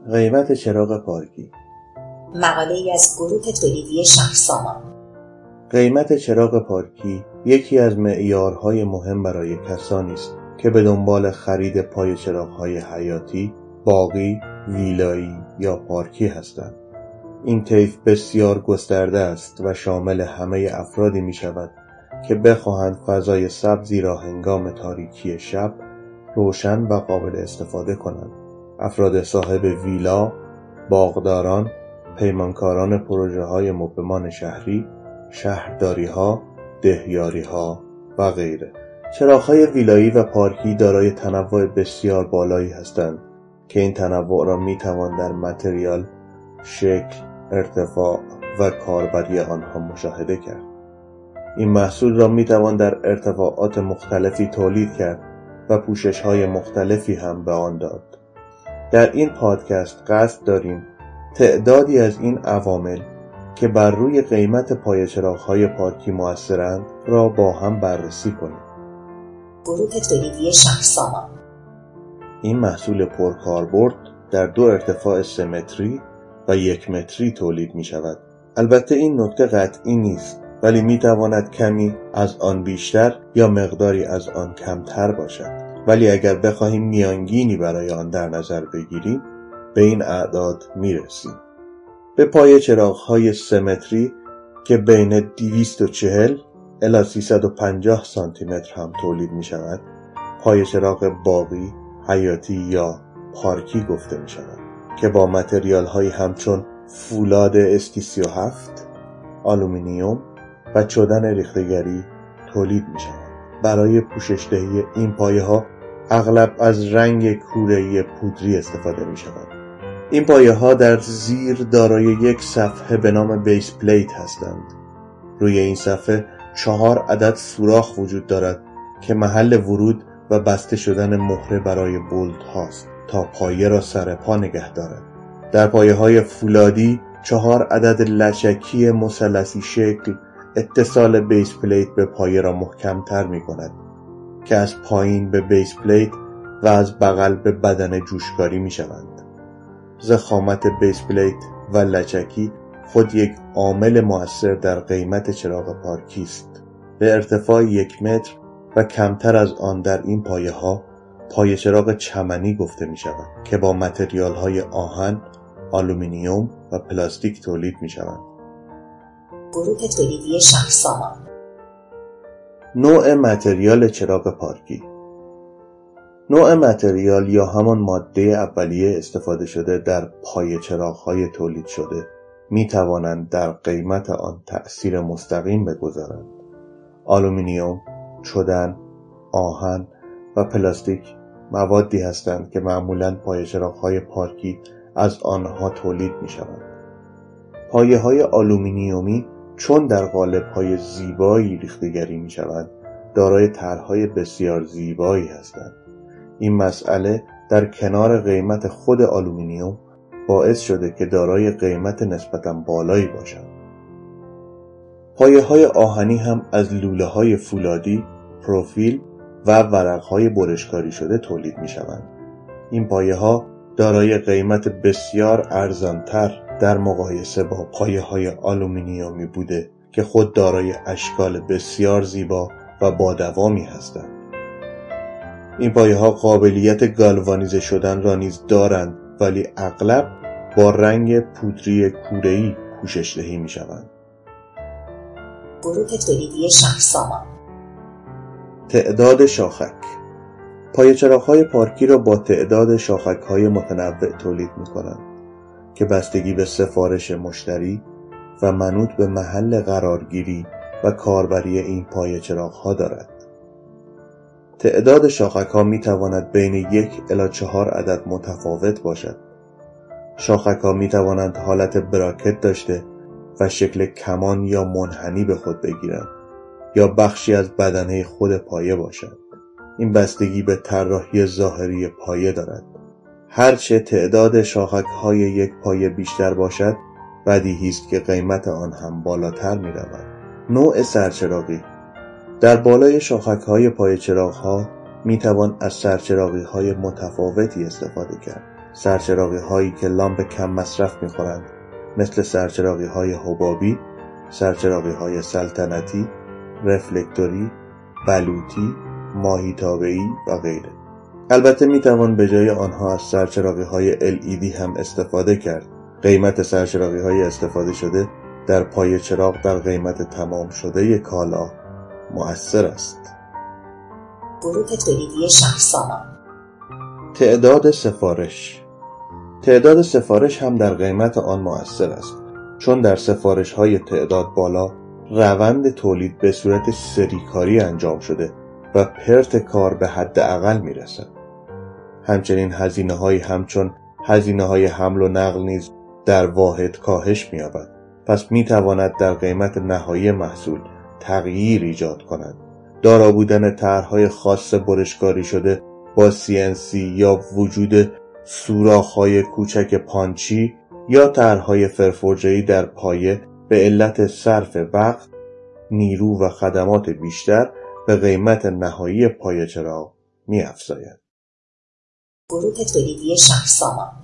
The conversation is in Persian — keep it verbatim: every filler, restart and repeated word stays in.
قیمت چراغ پارکی. مقاله‌ای از گروه تولیدی شهرسامان. قیمت چراغ پارکی یکی از معیارهای مهم برای کسانی است که به دنبال خرید پای چراغ‌های حیاتی، باغی، ویلایی یا پارکی هستند. این طیف بسیار گسترده است و شامل همه افرادی می شود که بخواهند فضای سبزی را هنگام تاریکی شب روشن و قابل استفاده کنند. افراد صاحب ویلا، باغداران، پیمانکاران پروژه های مبهمان شهری، شهرداری ها، دهیاری ها و غیره. چراغ‌های ویلایی و پارکی دارای تنوع بسیار بالایی هستند که این تنوع را می توان در متریال، شکل، ارتفاع و کاربری آنها مشاهده کرد. این محصول را می توان در ارتفاعات مختلفی تولید کرد و پوشش‌های مختلفی هم به آن داد. در این پادکست قصد داریم تعدادی از این عوامل که بر روی قیمت پای چراغ‌های پارکی مؤثرند را با هم بررسی کنیم. گروه تولیدی شهرسامان. این محصول پرکاربرد در دو ارتفاع سه متری و یک متری تولید می شود. البته این نکته قطعی نیست، ولی می تواند کمی از آن بیشتر یا مقداری از آن کمتر باشد. ولی اگر بخواهیم میانگینی برای آن در نظر بگیریم به این اعداد می رسیم. به پای چراغ‌های سه متری که بین دویست و چهل الی سیصد و پنجاه سانتی متر هم تولید می شود، پای چراغ باغی، حیاتی یا پارکی گفته می شود که با متریال های همچون فولاد اس تی سی و هفت، آلومینیوم و چدن ریختگری تولید می شود. برای پوشش‌دهی این پایه ها اغلب از رنگ کوره‌ای پودری استفاده می شود. این پایه ها در زیر دارای یک صفحه به نام بیس پلیت هستند. روی این صفحه چهار عدد سوراخ وجود دارد که محل ورود و بسته شدن مهره برای بولت هاست تا پایه را سر پا نگه دارد. در پایه های فولادی چهار عدد لچکی مثلثی شکل اتصال بیس پلیت به پایه را محکم تر می کند که از پایین به بیس پلیت و از بغل به بدن جوشکاری می شوند. ضخامت بیس پلیت و لچکی خود یک عامل مؤثر در قیمت چراغ پارکی است. به ارتفاع یک متر و کمتر از آن در این پایه ها پای چراغ چمنی گفته می شود که با متریال های آهن، آلومینیوم و پلاستیک تولید می شوند. گروه تولیدی شهرسامان. نوع متریال چراغ پارکی. نوع متریال یا همان ماده اولیه استفاده شده در پای چراغ‌های تولید شده می توانند در قیمت آن تأثیر مستقیم بگذارند. آلومینیوم، چدن، آهن و پلاستیک موادی هستند که معمولاً پای چراغ‌های پارکی از آنها تولید می شوند. پایه های آلومینیومی چون در قالب‌های زیبایی ریختگری می شوند، دارای طرح‌های بسیار زیبایی هستند. این مسئله در کنار قیمت خود آلومینیوم باعث شده که دارای قیمت نسبتاً بالایی باشند. پایه‌های آهنی هم از لوله‌های فولادی، پروفیل و ورق‌های برشکاری شده تولید می‌شوند. این پایه‌ها دارای قیمت بسیار ارزان‌تر در مقایسه با پایه‌های آلومینیومی بوده که خود دارای اشکال بسیار زیبا و با دوامی هستند. این پایه‌ها قابلیت گالوانیزه شدن را نیز دارند، ولی اغلب با رنگ پودری کوره‌ای پوشش دهی می‌شوند. گروه تولیدی شهرسامان. تعداد شاخک. پای چراغ‌های پارکی را با تعداد شاخک‌های متنوع تولید می‌کنند که بستگی به سفارش مشتری و منوط به محل قرارگیری و کاربری این پای چراغ‌ها دارد. تعداد شاخک‌ها می‌تواند بین یک الی چهار عدد متفاوت باشد. شاخک‌ها می‌توانند حالت براکت داشته و شکل کمان یا منحنی به خود بگیرند یا بخشی از بدنه خود پایه باشند. این بستگی به طراحی ظاهری پایه دارد. هرچه تعداد شاخک‌های یک پایه بیشتر باشد، بدیهی است که قیمت آن هم بالاتر می‌رود. نوع سرچراغی. در بالای شاخک‌های پای چراغ‌ها می‌توان از سرچراغی‌های متفاوتی استفاده کرد. سرچراغی هایی که لامپ کم مصرف می خورند، مثل سرچراغی های حبابی، سرچراغی های سلطنتی، رفلکتوری، بلوطی، ماهی تابعی و غیره. البته می توان به جای آنها از سرچراغی های ال ای دی هم استفاده کرد. قیمت سرچراغی های استفاده شده در پای چراغ در قیمت تمام شده کالا مؤثر است. گروه تولیدی شهرسامان. تعداد سفارش. تعداد سفارش هم در قیمت آن مؤثر است، چون در سفارش های تعداد بالا روند تولید به صورت سریکاری انجام شده و پرت کار به حد اقل می رسد. همچنین هزینه های همچون هزینه های حمل و نقل نیز در واحد کاهش می یابد، پس می تواند در قیمت نهایی محصول تغییر ایجاد کند. دارا بودن طرح‌های خاص برشکاری شده با سی ان سی یا وجود سوراخ‌های کوچک پانچی یا طرح‌های فرفرجه‌ای در پایه به علت صرف وقت، نیرو و خدمات بیشتر به قیمت نهایی پایه چراغ می‌افزاید. گروه تولیدی شهرسامان.